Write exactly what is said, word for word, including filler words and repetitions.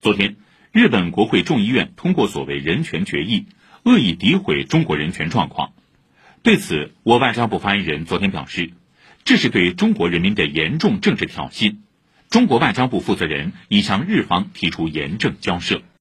昨天，日本国会众议院通过所谓人权决议，恶意诋毁中国人权状况。对此，我外交部发言人昨天表示，这是对中国人民的严重政治挑衅。中国外交部负责人已向日方提出严正交涉。